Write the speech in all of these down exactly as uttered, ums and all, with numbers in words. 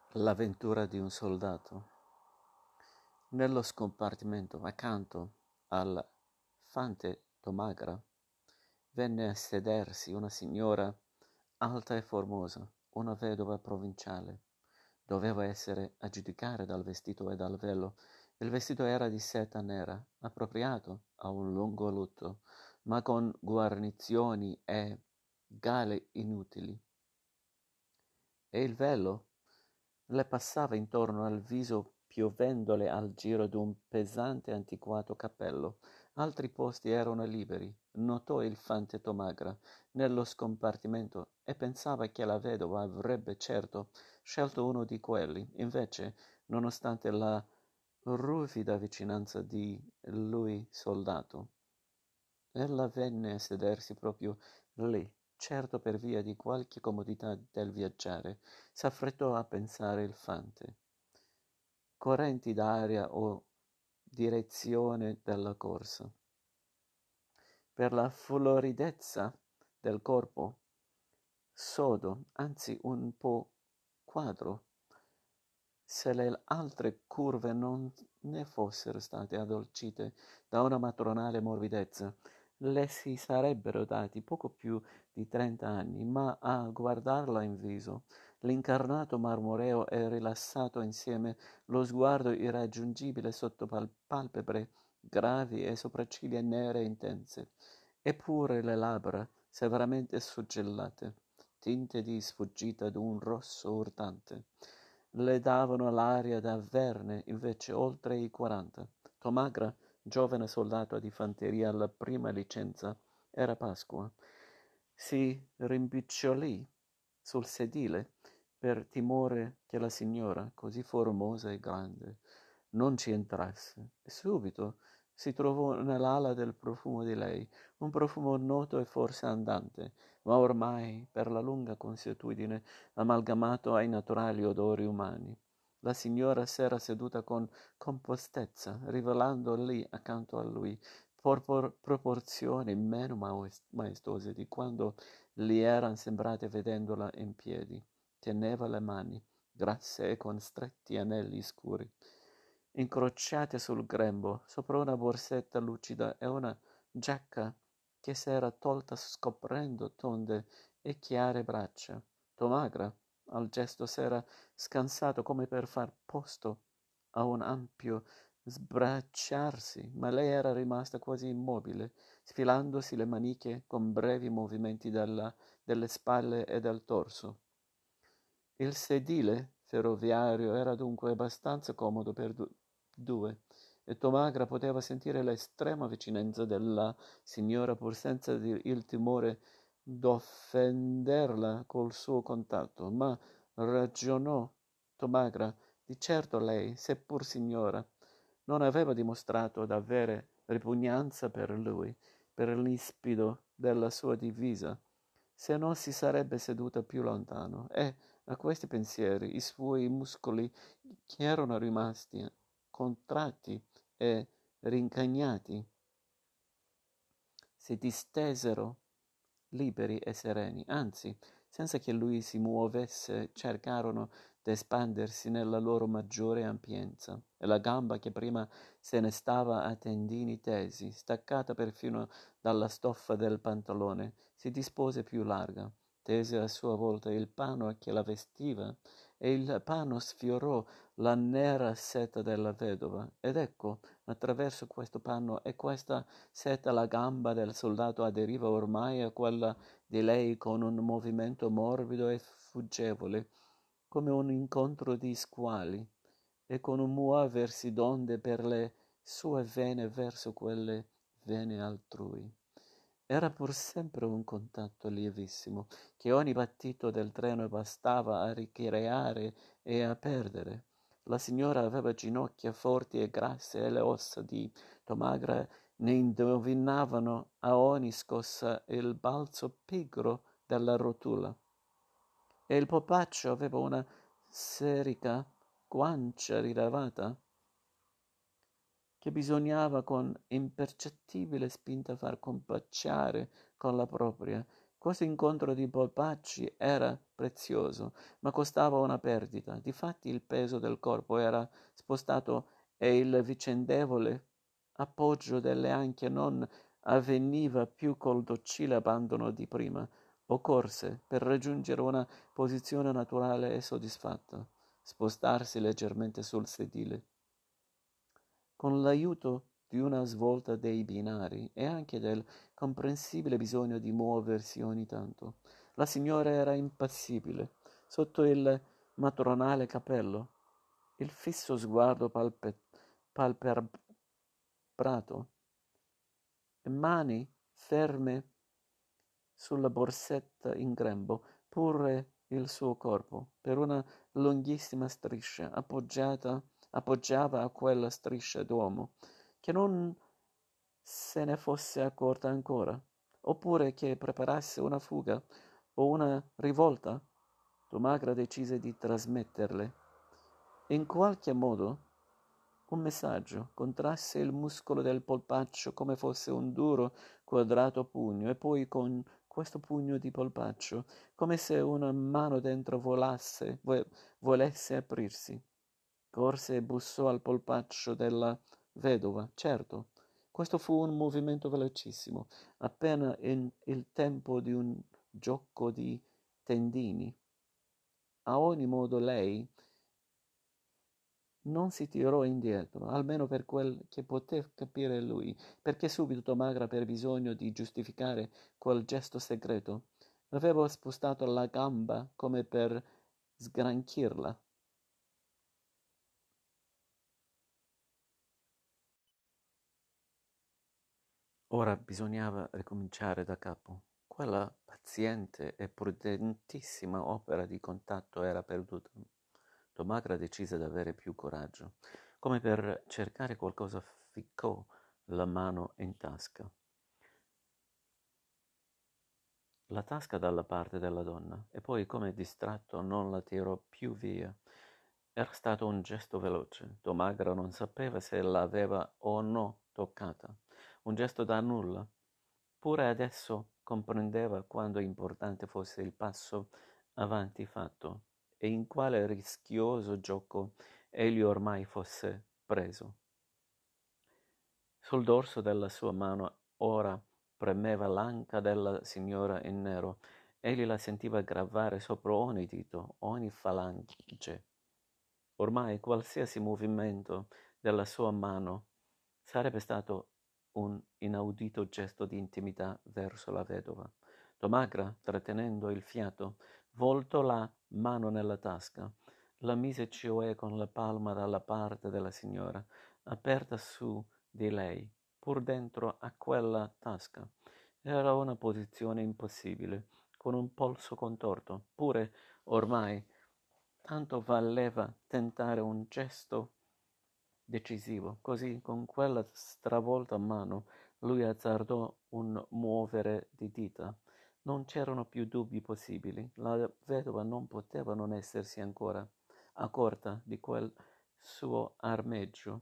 L'avventura di un soldato. Nello scompartimento accanto al fante Tomagra venne a sedersi una signora alta e formosa, una vedova provinciale. Doveva essere a giudicare dal vestito e dal velo. Il vestito era di seta nera, appropriato a un lungo lutto, ma con guarnizioni e gale inutili. E il velo le passava intorno al viso piovendole al giro d'un pesante e antiquato cappello. Altri posti erano liberi, notò il fante Tomagra, nello scompartimento, e pensava che la vedova avrebbe certo scelto uno di quelli. Invece, nonostante la ruvida vicinanza di lui soldato, ella venne a sedersi proprio lì, certo per via di qualche comodità del viaggiare. S'affrettò a pensare il fante. Correnti d'aria o direzione della corsa. Per la floridezza del corpo, sodo, anzi un po' quadro, se le altre curve non ne fossero state addolcite da una matronale morbidezza, le si sarebbero dati poco più di trenta anni, ma a guardarla in viso, l'incarnato marmoreo e rilassato insieme, lo sguardo irraggiungibile sotto pal- palpebre gravi e sopracciglia nere e intense, eppure le labbra severamente suggellate, tinte di sfuggita d'un rosso urtante, le davano l'aria da verne invece oltre i quaranta. Tomagra, giovane soldato di fanteria alla prima licenza, era Pasqua. Si rimpicciolì sul sedile per timore che la signora, così formosa e grande, non ci entrasse, e subito si trovò nell'ala del profumo di lei, un profumo noto e forse andante, ma ormai, per la lunga consuetudine, amalgamato ai naturali odori umani. La signora s'era seduta con compostezza, rivelando lì accanto a lui porpor- proporzioni meno maes- maestose di quando gli eran sembrate vedendola in piedi. Teneva le mani, grasse e con stretti anelli scuri, incrociate sul grembo, sopra una borsetta lucida e una giacca che s'era tolta scoprendo tonde e chiare braccia. Tomagra, al gesto, s'era scansato come per far posto a un ampio sbracciarsi, ma lei era rimasta quasi immobile, sfilandosi le maniche con brevi movimenti dalla, delle spalle e del torso. Il sedile ferroviario era dunque abbastanza comodo per du- due, e Tomagra poteva sentire l'estrema vicinanza della signora pur senza di- il timore d'offenderla col suo contatto, ma ragionò Tomagra, di certo lei, seppur signora, non aveva dimostrato d'avere ripugnanza per lui, per l'ispido della sua divisa, se non si sarebbe seduta più lontano, e a questi pensieri i suoi muscoli, che erano rimasti contratti e rincagnati, si distesero liberi e sereni, anzi, senza che lui si muovesse, cercarono d'espandersi nella loro maggiore ampiezza, e la gamba che prima se ne stava a tendini tesi, staccata perfino dalla stoffa del pantalone, si dispose più larga, tese a sua volta il pano che la vestiva, e il pano sfiorò la nera seta della vedova, ed ecco, attraverso questo panno e questa seta la gamba del soldato aderiva ormai a quella di lei con un movimento morbido e fuggevole, come un incontro di squali, e con un muoversi d'onde per le sue vene verso quelle vene altrui. Era pur sempre un contatto lievissimo, che ogni battito del treno bastava a ricreare e a perdere. La signora aveva ginocchia forti e grasse, e le ossa di Tomagra ne indovinavano a ogni scossa il balzo pigro della rotula. E il popaccio aveva una serica guancia rilevata, che bisognava con impercettibile spinta far compacciare con la propria. Questo incontro di polpacci era prezioso, ma costava una perdita. Difatti il peso del corpo era spostato e il vicendevole appoggio delle anche non avveniva più col docile abbandono di prima. Occorse, per raggiungere una posizione naturale e soddisfatta, spostarsi leggermente sul sedile. Con l'aiuto di una svolta dei binari e anche del comprensibile bisogno di muoversi ogni tanto, la signora era impassibile. Sotto il matronale cappello, il fisso sguardo palpe- palpebrato, e mani ferme sulla borsetta in grembo, pure il suo corpo, per una lunghissima striscia, appoggiata, appoggiava a quella striscia d'uomo, che non se ne fosse accorta ancora, oppure che preparasse una fuga o una rivolta. Tomagra decise di trasmetterle. In qualche modo un messaggio contrasse il muscolo del polpaccio come fosse un duro, quadrato pugno, e poi con questo pugno di polpaccio, come se una mano dentro volasse, vo- volesse aprirsi. Corse e bussò al polpaccio della vedova. Certo, questo fu un movimento velocissimo, appena in il tempo di un gioco di tendini. A ogni modo lei non si tirò indietro, almeno per quel che poté capire lui, perché subito Tomagra, per bisogno di giustificare quel gesto segreto, aveva spostato la gamba come per sgranchirla. Ora bisognava ricominciare da capo. Quella paziente e prudentissima opera di contatto era perduta. Tomagra decise d'avere più coraggio. Come per cercare qualcosa, ficcò la mano in tasca. La tasca dalla parte della donna, e poi, come distratto, non la tirò più via. Era stato un gesto veloce. Tomagra non sapeva se l'aveva o no toccata. Un gesto da nulla. Pure adesso comprendeva quanto importante fosse il passo avanti fatto e in quale rischioso gioco egli ormai fosse preso. Sul dorso della sua mano ora premeva l'anca della signora in nero. Egli la sentiva gravare sopra ogni dito, ogni falange. Ormai qualsiasi movimento della sua mano sarebbe stato un inaudito gesto di intimità verso la vedova. Tomagra, trattenendo il fiato, voltò la mano nella tasca, la mise cioè con la palma dalla parte della signora, aperta su di lei, pur dentro a quella tasca. Era una posizione impossibile, con un polso contorto, pure ormai tanto valeva tentare un gesto decisivo. Così, con quella stravolta mano, lui azzardò un muovere di dita. Non c'erano più dubbi possibili. La vedova non poteva non essersi ancora accorta di quel suo armeggio,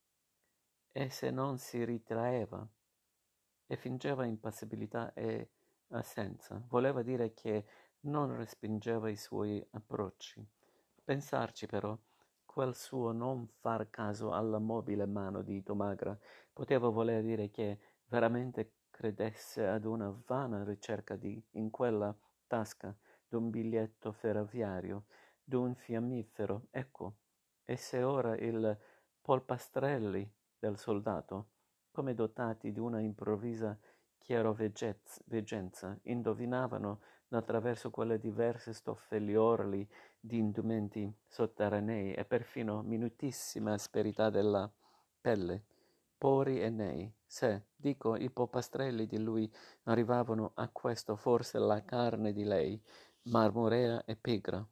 e se non si ritraeva e fingeva impassibilità e assenza, voleva dire che non respingeva i suoi approcci. Pensarci però, quel suo non far caso alla mobile mano di Tomagra poteva voler dire che veramente credesse ad una vana ricerca di, in quella tasca, d'un biglietto ferroviario, d'un fiammifero, ecco. E se ora il polpastrelli del soldato, come dotati di una improvvisa chiaroveggenza, indovinavano attraverso quelle diverse stoffe gli orli di indumenti sotterranei e perfino minutissima asperità della pelle, pori e nei. Se, dico, i polpastrelli di lui arrivavano a questo, forse la carne di lei, marmorea e pigra.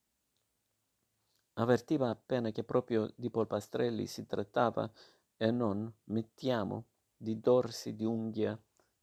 Avvertiva appena che proprio di polpastrelli si trattava e non, mettiamo, di dorsi di unghie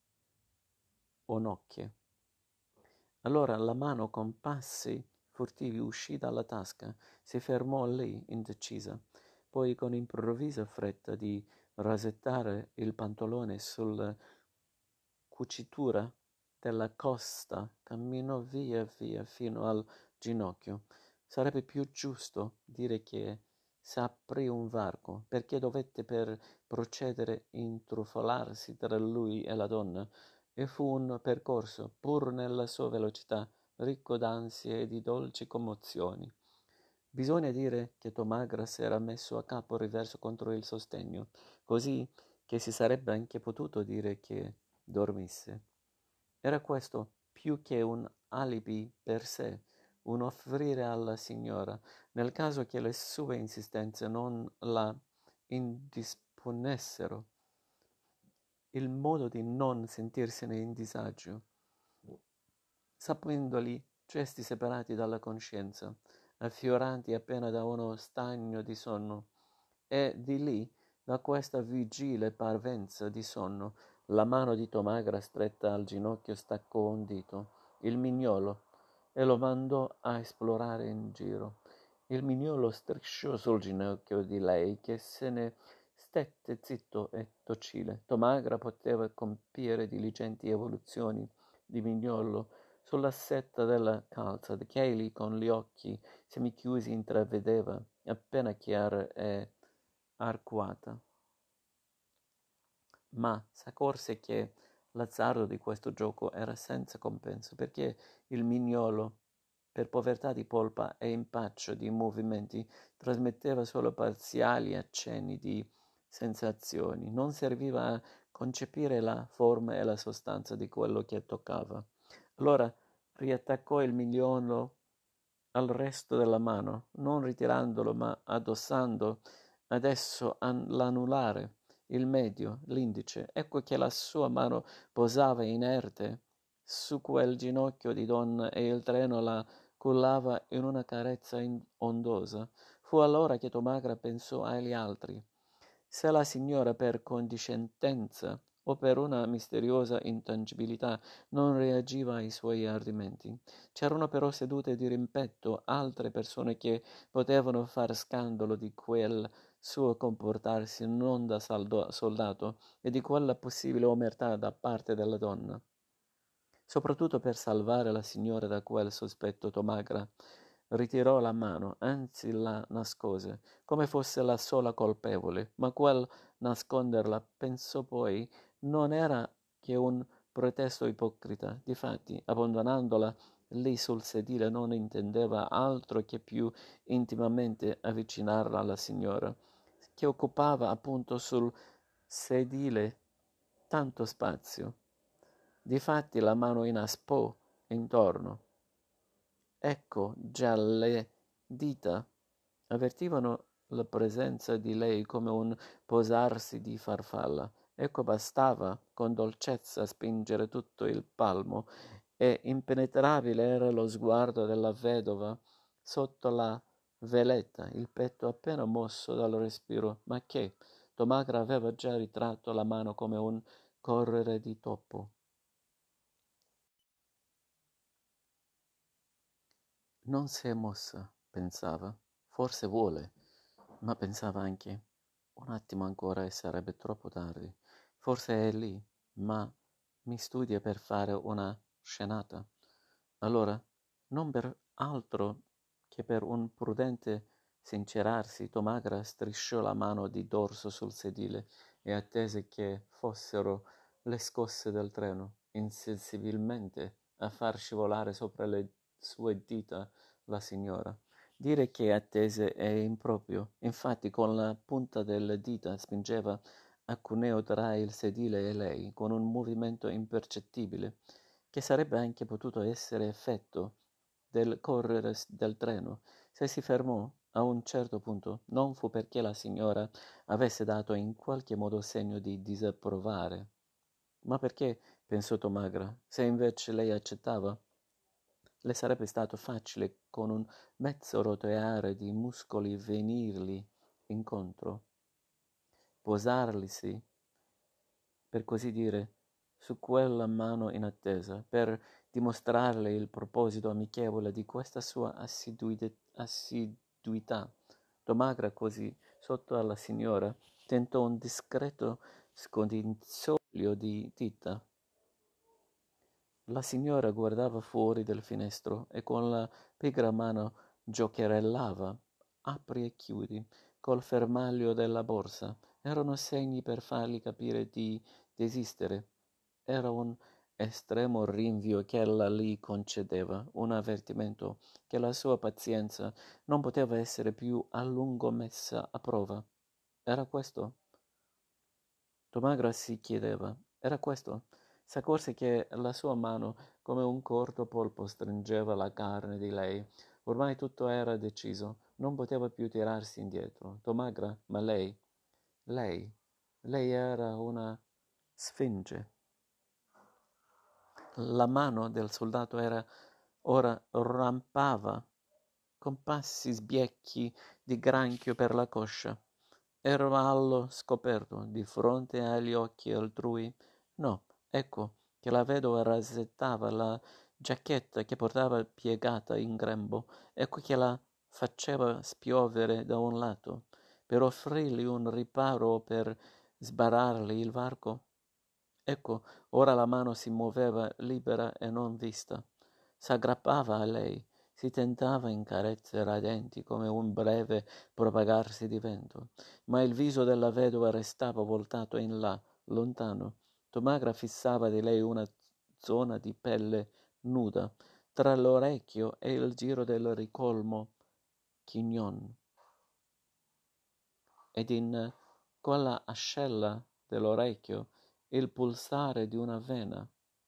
o nocche. Allora la mano con passi furtivi uscì dalla tasca, si fermò lì, indecisa, poi con improvvisa fretta di rasettare il pantalone sulla cucitura della costa camminò via via fino al ginocchio. Sarebbe più giusto dire che s'aprì un varco, perché dovette per procedere intrufolarsi tra lui e la donna, e fu un percorso, pur nella sua velocità, ricco d'ansie e di dolci commozioni. Bisogna dire che Tomagra s'era messo a capo riverso contro il sostegno, così che si sarebbe anche potuto dire che dormisse. Era questo più che un alibi per sé, un offrire alla signora, nel caso che le sue insistenze non la indisponessero, il modo di non sentirsene in disagio, sapendoli gesti separati dalla coscienza, affioranti appena da uno stagno di sonno, e di lì, da questa vigile parvenza di sonno, la mano di Tomagra stretta al ginocchio staccò un dito, il mignolo, e lo mandò a esplorare in giro. Il mignolo strisciò sul ginocchio di lei, che se ne stette zitto e docile. Tomagra poteva compiere diligenti evoluzioni di mignolo sulla setta della calza, che egli con gli occhi semichiusi intravedeva, appena chiara e arcuata. Ma s'accorse che l'azzardo di questo gioco era senza compenso, perché il mignolo, per povertà di polpa e impaccio di movimenti, trasmetteva solo parziali accenni di sensazioni, non serviva a concepire la forma e la sostanza di quello che toccava. Allora riattaccò il mignolo al resto della mano, non ritirandolo ma addossando adesso l'anulare, il medio, l'indice. Ecco che la sua mano posava inerte su quel ginocchio di donna e il treno la cullava in una carezza ondosa. Fu allora che Tomagra pensò agli altri. Se la signora per condiscendenza o per una misteriosa intangibilità non reagiva ai suoi ardimenti, c'erano però sedute di rimpetto altre persone che potevano far scandalo di quel suo comportarsi non da saldo- soldato e di quella possibile omertà da parte della donna. Soprattutto per salvare la signora da quel sospetto, Tomagra ritirò la mano, anzi la nascose, come fosse la sola colpevole, ma quel nasconderla, pensò poi, non era che un pretesto ipocrita. Difatti, abbandonandola lì sul sedile, non intendeva altro che più intimamente avvicinarla alla signora, che occupava appunto sul sedile tanto spazio. Difatti la mano inaspò intorno. Ecco, già le dita avvertivano la presenza di lei come un posarsi di farfalla. Ecco, bastava con dolcezza spingere tutto il palmo, e impenetrabile era lo sguardo della vedova sotto la veletta, il petto appena mosso dal respiro, ma che Tomagra aveva già ritratto la mano come un correre di topo. Non si è mossa, pensava. Forse vuole, ma pensava anche, un attimo ancora e sarebbe troppo tardi. Forse è lì, ma mi studia per fare una scenata. Allora, non per altro che per un prudente sincerarsi, Tomagra strisciò la mano di dorso sul sedile e attese che fossero le scosse del treno, insensibilmente, a far scivolare sopra le sue dita la signora. Dire che attese è improprio. Infatti con la punta delle dita spingeva a cuneo tra il sedile e lei, con un movimento impercettibile, che sarebbe anche potuto essere effetto del correre del treno. Se si fermò a un certo punto, non fu perché la signora avesse dato in qualche modo segno di disapprovare, ma perché, pensò Tomagra, se invece lei accettava, le sarebbe stato facile con un mezzo roteare di muscoli venirgli incontro, posarlisi, per così dire, su quella mano in attesa, per dimostrarle il proposito amichevole di questa sua assiduità. assiduità. Tomagra così, sotto alla signora, tentò un discreto scodinzoglio di dita, La signora guardava fuori del finestrino e con la pigra mano giocherellava, apri e chiudi, col fermaglio della borsa. Erano segni per fargli capire di desistere. Era un estremo rinvio che ella gli concedeva, un avvertimento che la sua pazienza non poteva essere più a lungo messa a prova. Era questo? Tomagra si chiedeva. Era questo? S'accorse che la sua mano, come un corto polpo, stringeva la carne di lei. Ormai tutto era deciso. Non poteva più tirarsi indietro. Tomagra, ma lei, lei, lei era una sfinge. La mano del soldato era ora rampava con passi sbiecchi di granchio per la coscia. Era allo scoperto, di fronte agli occhi altrui. No, ecco che la vedova rassettava la giacchetta che portava piegata in grembo, ecco che la faceva spiovere da un lato, per offrirgli un riparo o per sbarrargli il varco. Ecco, ora la mano si muoveva libera e non vista. S'aggrappava a lei, si tentava in carezze radenti come un breve propagarsi di vento, ma il viso della vedova restava voltato in là, lontano. Tomagra fissava di lei una zona di pelle nuda, tra l'orecchio e il giro del ricolmo chignon, ed in quella ascella dell'orecchio il pulsare di una vena.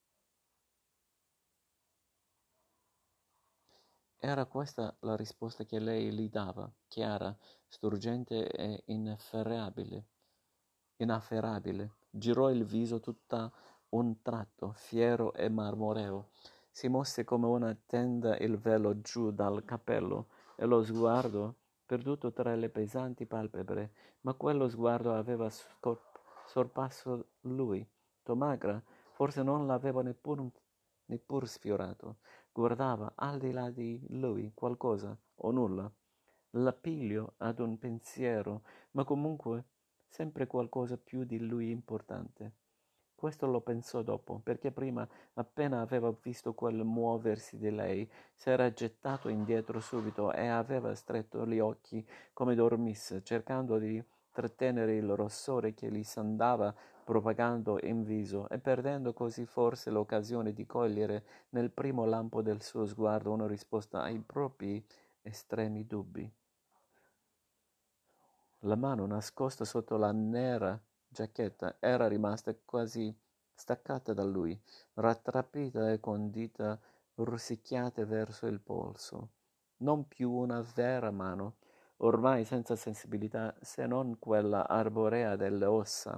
Era questa la risposta che lei gli dava, chiara, struggente e inafferrabile. Inafferrabile. Girò il viso tutta un tratto, fiero e marmoreo. Si mosse come una tenda il velo giù dal cappello e lo sguardo, perduto tra le pesanti palpebre, ma quello sguardo aveva scor- sorpasso lui. Tomagra forse non l'aveva neppur, neppur sfiorato. Guardava al di là di lui qualcosa o nulla. L'appiglio ad un pensiero, ma comunque sempre qualcosa più di lui importante. Questo lo pensò dopo, perché prima, appena aveva visto quel muoversi di lei, s'era gettato indietro subito e aveva stretto gli occhi come dormisse, cercando di trattenere il rossore che gli s'andava propagando in viso e perdendo così forse l'occasione di cogliere nel primo lampo del suo sguardo una risposta ai propri estremi dubbi. La mano nascosta sotto la nera giacchetta era rimasta quasi staccata da lui, rattrappita e con dita rosicchiate verso il polso. Non più una vera mano, ormai senza sensibilità se non quella arborea delle ossa.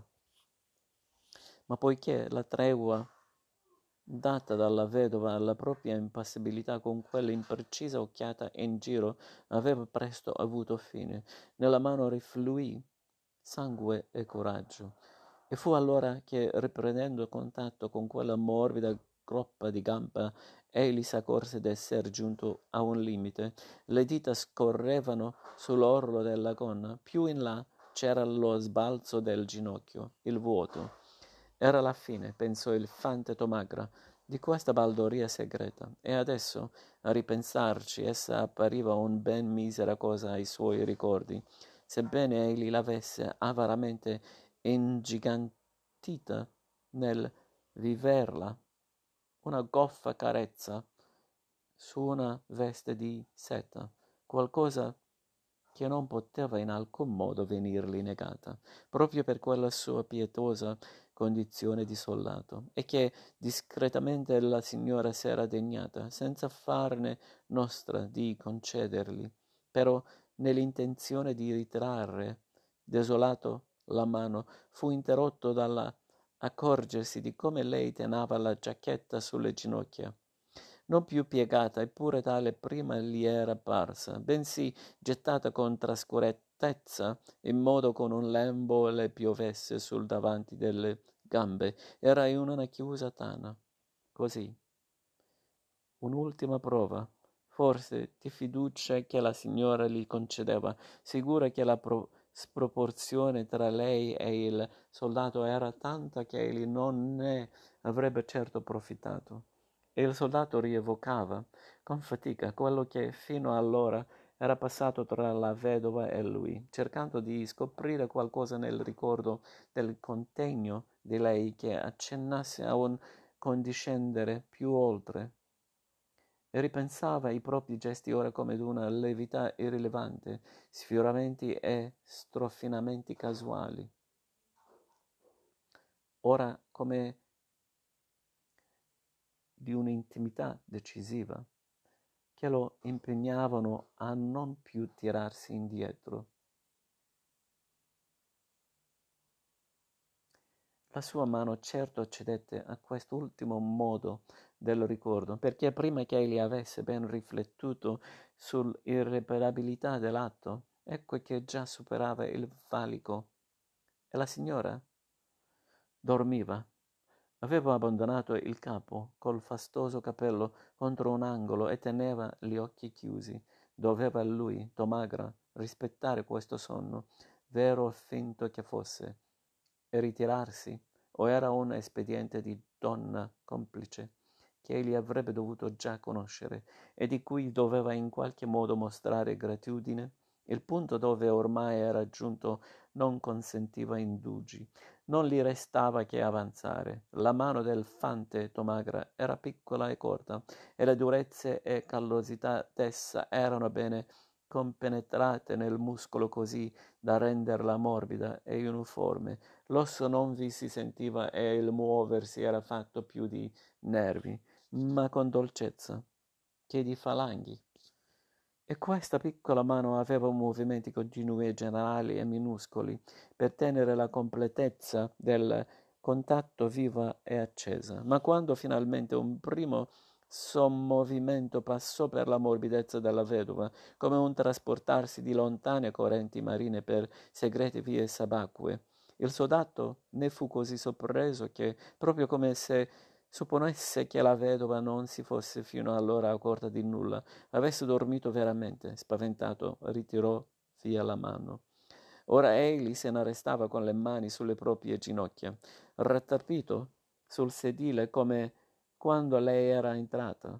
Ma poiché la tregua data dalla vedova alla propria impassibilità con quell'imprecisa occhiata in giro aveva presto avuto fine. Nella mano rifluì sangue e coraggio. E fu allora che, riprendendo contatto con quella morbida groppa di gamba, egli s'accorse d'esser giunto a un limite. Le dita scorrevano sull'orlo della gonna. Più in là c'era lo sbalzo del ginocchio, il vuoto. Era la fine, pensò il fante Tomagra, di questa baldoria segreta, e adesso, a ripensarci, essa appariva un ben misera cosa ai suoi ricordi, sebbene egli l'avesse avaramente ingigantita nel viverla, una goffa carezza su una veste di seta, qualcosa che non poteva in alcun modo venirgli negata, proprio per quella sua pietosa condizione di soldato, e che discretamente la signora s'era degnata, senza farne nostra, di concedergli, però nell'intenzione di ritrarre, desolato, la mano, fu interrotto dalla accorgersi di come lei teneva la giacchetta sulle ginocchia, non più piegata, eppure tale prima gli era parsa, bensì gettata con trascuratezza, in modo che un lembo le piovesse sul davanti delle gambe. Era in una chiusa tana. Così. Un'ultima prova, forse, di fiducia che la signora gli concedeva, sicura che la pro- sproporzione tra lei e il soldato era tanta che egli non ne avrebbe certo profittato. e il soldato rievocava con fatica quello che fino allora era passato tra la vedova e lui, cercando di scoprire qualcosa nel ricordo del contegno di lei che accennasse a un condiscendere più oltre. E ripensava ai propri gesti ora come d'una levità irrilevante, sfioramenti e strofinamenti casuali, ora come di un'intimità decisiva, che lo impegnavano a non più tirarsi indietro. La sua mano certo cedette a quest'ultimo modo del ricordo, perché prima che egli avesse ben riflettuto sull'irreparabilità dell'atto, ecco che già superava il valico. E la signora dormiva. Aveva abbandonato il capo col fastoso capello contro un angolo e teneva gli occhi chiusi. Doveva lui, Tomagra, rispettare questo sonno, vero o finto che fosse, e ritirarsi, o era un espediente di donna complice che egli avrebbe dovuto già conoscere e di cui doveva in qualche modo mostrare gratitudine? Il punto dove ormai era giunto non consentiva indugi. Non gli restava che avanzare. La mano del fante Tomagra era piccola e corta, e le durezze e callosità d'essa erano bene compenetrate nel muscolo così da renderla morbida e uniforme. L'osso non vi si sentiva e il muoversi era fatto più di nervi, ma con dolcezza, che di falanghi. E questa piccola mano aveva movimenti continui e generali e minuscoli per tenere la completezza del contatto viva e accesa. Ma quando finalmente un primo sommovimento passò per la morbidezza della vedova, come un trasportarsi di lontane correnti marine per segrete vie sabacque, il soldato ne fu così sorpreso che, proprio come se supponesse che la vedova non si fosse fino allora accorta di nulla, avesse dormito veramente, spaventato, ritirò via la mano. Ora egli se ne restava con le mani sulle proprie ginocchia, rattapito sul sedile come quando lei era entrata.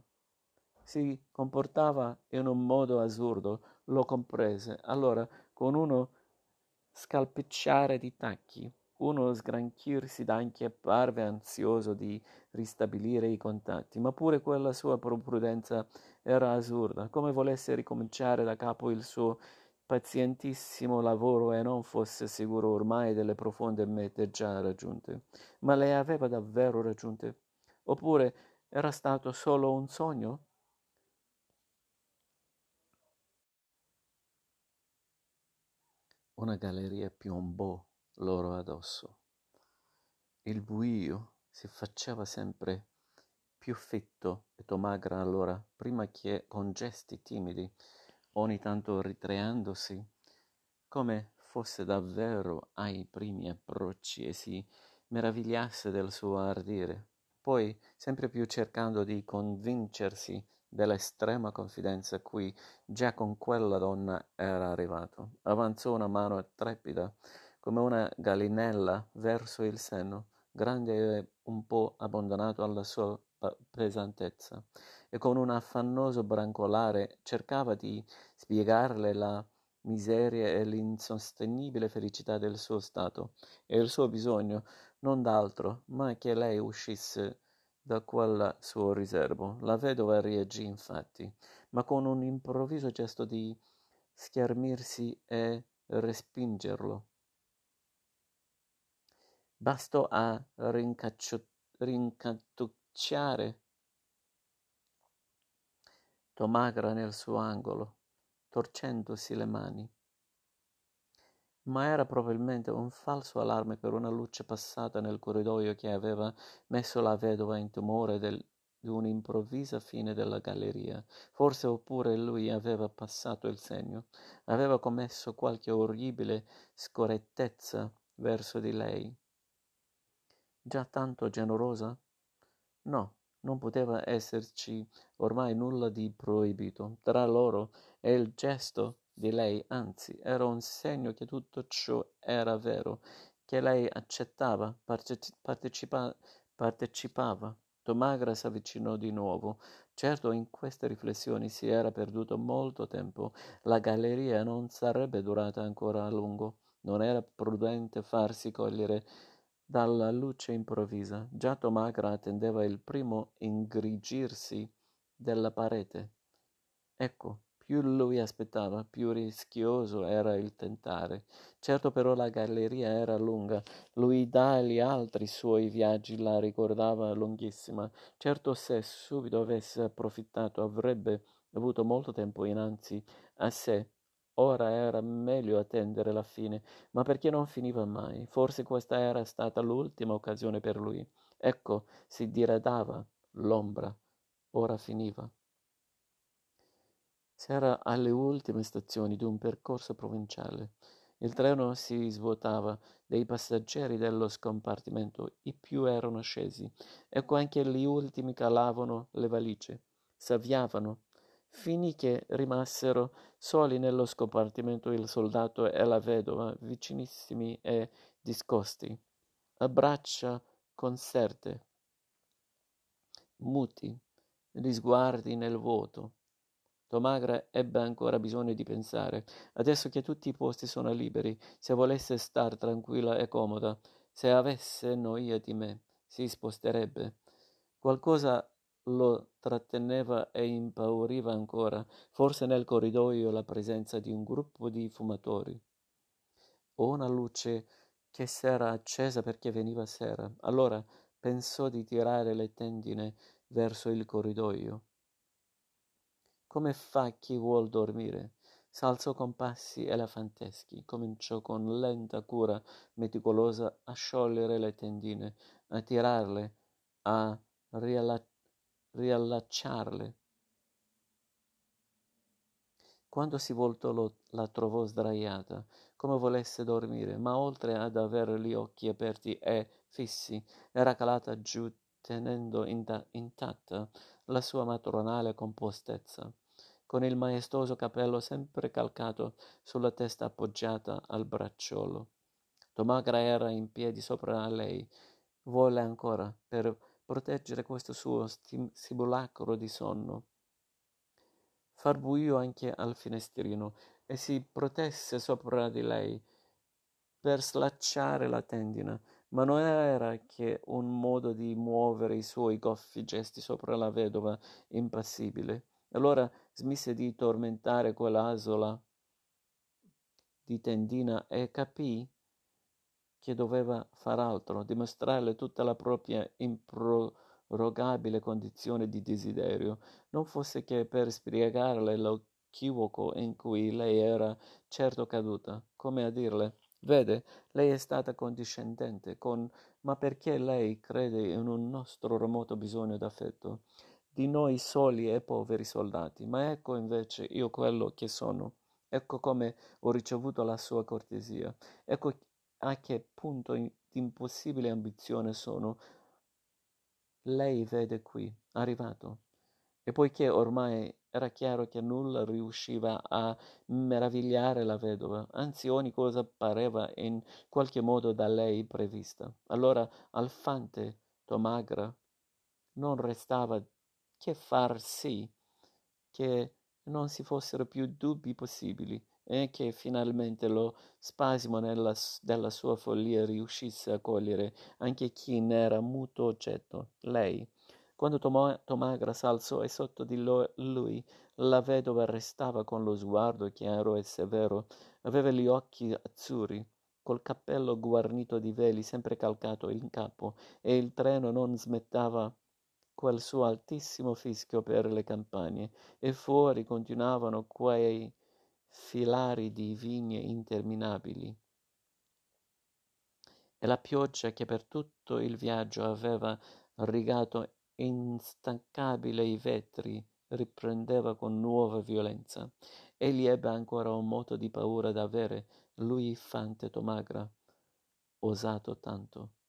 Si comportava in un modo assurdo, lo comprese. Allora, con uno scalpicciare di tacchi, uno sgranchirsi d'anche parve ansioso di ristabilire i contatti, ma pure quella sua prudenza era assurda, come volesse ricominciare da capo il suo pazientissimo lavoro e non fosse sicuro ormai delle profonde mete già raggiunte. Ma le aveva davvero raggiunte? Oppure era stato solo un sogno? Una galleria piombò loro addosso. Il buio si faceva sempre più fitto e Tomagra allora, prima che con gesti timidi, ogni tanto ritraendosi, come fosse davvero ai primi approcci e si meravigliasse del suo ardire, poi sempre più cercando di convincersi dell'estrema confidenza a cui già con quella donna era arrivato, avanzò una mano trepida come una gallinella verso il seno, grande e un po' abbandonato alla sua pesantezza, e con un affannoso brancolare cercava di spiegarle la miseria e l'insostenibile felicità del suo stato e il suo bisogno non d'altro, ma che lei uscisse da quel suo riservo. La vedova reagì infatti, ma con un improvviso gesto di schermirsi e respingerlo. Bastò a rincaccio- rincantucciare Tomagra nel suo angolo, torcendosi le mani. Ma era probabilmente un falso allarme per una luce passata nel corridoio che aveva messo la vedova in timore del, di un'improvvisa fine della galleria. Forse oppure lui aveva passato il segno, aveva commesso qualche orribile scorrettezza verso di lei. Già tanto generosa? No, non poteva esserci ormai nulla di proibito tra loro e il gesto di lei, anzi, era un segno che tutto ciò era vero, che lei accettava, partecipa- partecipava. Tomagra s'avvicinò di nuovo. Certo, in queste riflessioni si era perduto molto tempo. La galleria non sarebbe durata ancora a lungo. Non era prudente farsi cogliere dalla luce improvvisa. Già Tomagra attendeva il primo ingrigirsi della parete. Ecco, più lui aspettava, più rischioso era il tentare. Certo però la galleria era lunga, lui dagli altri suoi viaggi la ricordava lunghissima. Certo se subito avesse approfittato avrebbe avuto molto tempo innanzi a sé. Ora era meglio attendere la fine, ma perché non finiva mai? Forse questa era stata l'ultima occasione per lui. Ecco, si diradava l'ombra, ora finiva. S'era alle ultime stazioni d'un percorso provinciale. Il treno si svuotava dei passeggeri dello scompartimento, i più erano scesi. Ecco anche gli ultimi calavano le valigie, s'avviavano. Finì che rimasero soli nello scompartimento il soldato e la vedova, vicinissimi e discosti, a braccia conserte, muti, gli sguardi nel vuoto. Tomagra ebbe ancora bisogno di pensare. Adesso che tutti i posti sono liberi, se volesse star tranquilla e comoda, se avesse noia di me, si sposterebbe. Qualcosa lo tratteneva e impauriva ancora, forse nel corridoio la presenza di un gruppo di fumatori, o una luce che s'era accesa perché veniva sera. Allora pensò di tirare le tendine verso il corridoio. Come fa chi vuol dormire? S'alzò con passi elefanteschi, cominciò con lenta cura meticolosa a sciogliere le tendine, a tirarle, a rialla- riallacciarle. Quando si voltò lo, la trovò sdraiata, come volesse dormire, ma oltre ad avere gli occhi aperti e fissi, era calata giù tenendo inta- intatta la sua matronale compostezza, con il maestoso capello sempre calcato sulla testa appoggiata al bracciolo. Tomagra era in piedi sopra lei, volle ancora, per proteggere questo suo stim- simulacro di sonno, far buio anche al finestrino, e si protesse sopra di lei per slacciare la tendina, ma non era che un modo di muovere i suoi goffi gesti sopra la vedova impassibile. Allora smise di tormentare quell'asola di tendina e capì che doveva far altro, dimostrarle tutta la propria improrogabile condizione di desiderio, non fosse che per spiegarle l'equivoco in cui lei era certo caduta, come a dirle: vede, lei è stata condiscendente, con... ma perché lei crede in un nostro remoto bisogno d'affetto, di noi soli e poveri soldati, ma ecco invece io quello che sono, ecco come ho ricevuto la sua cortesia, ecco a che punto di impossibile ambizione sono, lei vede qui, arrivato. E poiché ormai era chiaro che nulla riusciva a meravigliare la vedova, anzi ogni cosa pareva in qualche modo da lei prevista, allora al fante Tomagra non restava che far sì che non si fossero più dubbi possibili e che finalmente lo spasimo nella, della sua follia riuscisse a cogliere anche chi n'era muto oggetto, lei. Quando Tomo- Tomagra s'alzò e sotto di lo- lui la vedova restava con lo sguardo chiaro e severo, aveva gli occhi azzurri, col cappello guarnito di veli sempre calcato in capo, e il treno non smettava quel suo altissimo fischio per le campagne, e fuori continuavano quei filari di vigne interminabili, e la pioggia che per tutto il viaggio aveva rigato instancabile i vetri riprendeva con nuova violenza. Egli ebbe ancora un moto di paura d'avere, lui fante Tomagra, osato tanto.